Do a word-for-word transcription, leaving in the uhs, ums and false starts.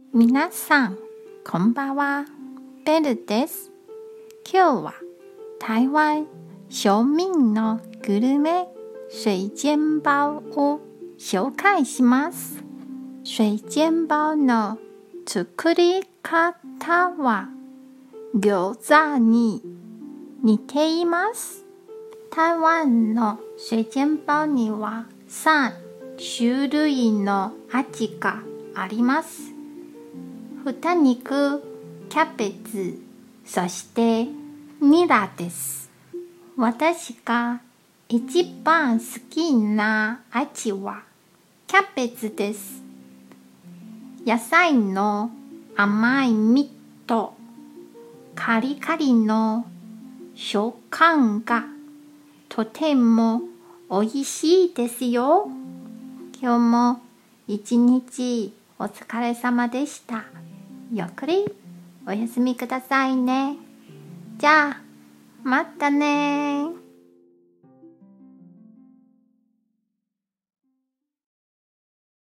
皆さん、こんばんは。ベルです。今日は台湾庶民のグルメ水煎包を紹介します。水煎包の作り方は餃子に似ています。台湾の水煎包にはさん種類の味があります。豚肉、キャベツ、そしてニラです。私が一番好きな味はキャベツです。野菜の甘い実とカリカリの食感がとてもおいしいですよ。今日も一日お疲れ様でした。ゆっくりお休みくださいね。じゃあ、またね。